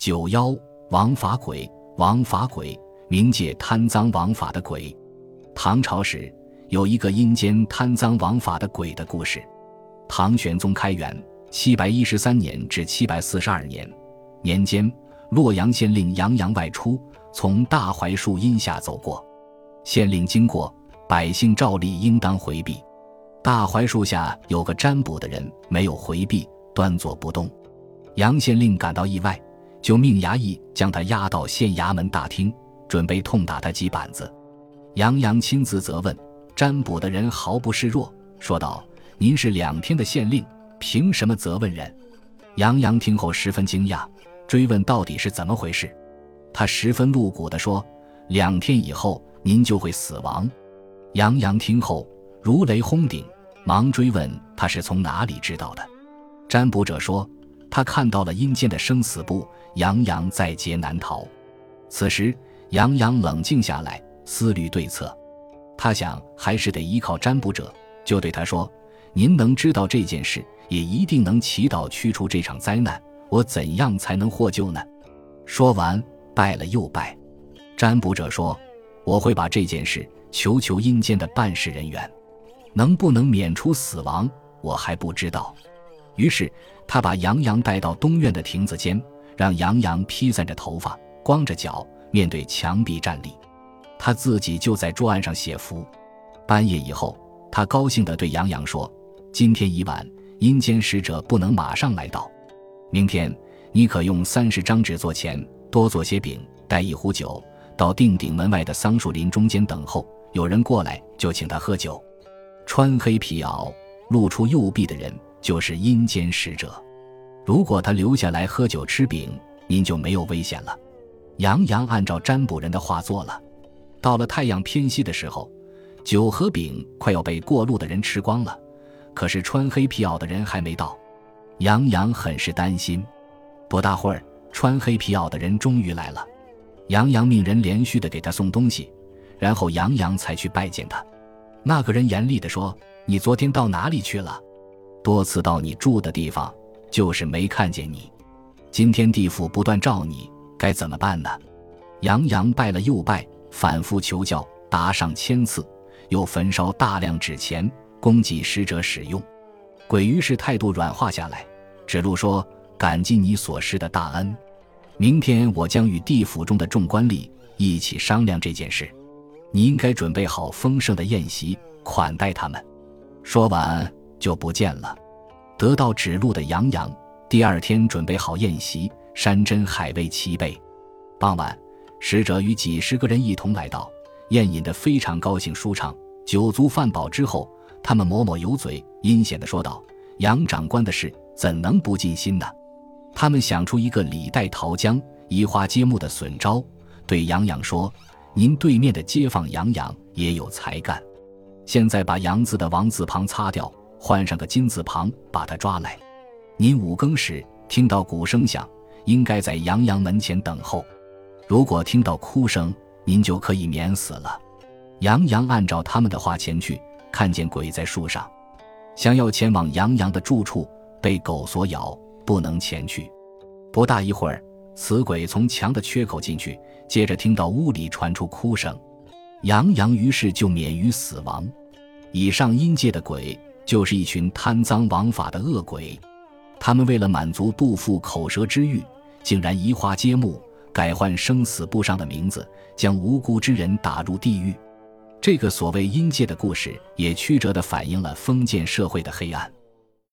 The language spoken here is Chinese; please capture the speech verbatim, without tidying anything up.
九妖，王法鬼，王法鬼，冥界贪赃枉法的鬼。唐朝时有一个阴间贪赃枉法的鬼的故事。唐玄宗开元七百一十三年至七百四十二年年间，洛阳县令杨洋外出，从大槐树荫下走过，县令经过，百姓照例应当回避。大槐树下有个占卜的人没有回避，端坐不动。杨县令感到意外，就命衙役将他押到县衙门大厅，准备痛打他几板子。杨洋亲自责问，占卜的人毫不示弱，说道：您是两天的县令，凭什么责问人？杨洋听后十分惊讶，追问到底是怎么回事。他十分露骨地说：两天以后您就会死亡。杨洋听后如雷轰顶，忙追问他是从哪里知道的。占卜者说，他看到了阴间的生死簿，杨洋在劫难逃。此时杨洋冷静下来，思虑对策。他想还是得依靠占卜者，就对他说：您能知道这件事，也一定能祈祷驱除这场灾难，我怎样才能获救呢？说完拜了又拜。占卜者说：我会把这件事求求阴间的办事人员，能不能免除死亡我还不知道。于是他把杨洋带到东院的亭子间，让杨洋披散着头发，光着脚，面对墙壁站立，他自己就在桌案上写符。半夜以后，他高兴地对杨洋说：今天已晚，阴间使者不能马上来到，明天你可用三十张纸做钱，多做些饼，带一壶酒，到定鼎门外的桑树林中间等候，有人过来就请他喝酒。穿黑皮袄露出右臂的人就是阴间使者，如果他留下来喝酒吃饼，您就没有危险了。杨洋按照占卜人的话做了。到了太阳偏西的时候，酒和饼快要被过路的人吃光了，可是穿黑皮袄的人还没到。杨洋很是担心。不大会儿，穿黑皮袄的人终于来了。杨洋命人连续地给他送东西，然后杨洋才去拜见他。那个人严厉地说：你昨天到哪里去了？多次到你住的地方，就是没看见你。今天地府不断召你，该怎么办呢？杨洋拜了又拜，反复求教，答上千次，又焚烧大量纸钱供给使者使用。鬼于是态度软化下来，指路说：感激你所施的大恩，明天我将与地府中的众官吏一起商量这件事，你应该准备好丰盛的宴席款待他们。说完就不见了。得到指路的杨洋第二天准备好宴席，山珍海味齐备。傍晚，使者与几十个人一同来到，宴饮得非常高兴舒畅。酒足饭饱之后，他们抹抹油嘴，阴险地说道：杨长官的事怎能不尽心呢？他们想出一个李代桃僵、移花接木的损招，对杨洋说：您对面的街坊杨洋也有才干，现在把杨字的王字旁擦掉，换上个金字旁，把他抓来。您五更时听到鼓声响，应该在杨洋门前等候，如果听到哭声，您就可以免死了。杨洋按照他们的话前去，看见鬼在树上，想要前往杨洋的住处，被狗所咬，不能前去。不大一会儿，此鬼从墙的缺口进去，接着听到屋里传出哭声，杨洋于是就免于死亡。以上阴界的鬼就是一群贪赃枉法的恶鬼，他们为了满足杜甫口舌之欲，竟然移花接木，改换生死簿上的名字，将无辜之人打入地狱。这个所谓阴界的故事，也曲折地反映了封建社会的黑暗。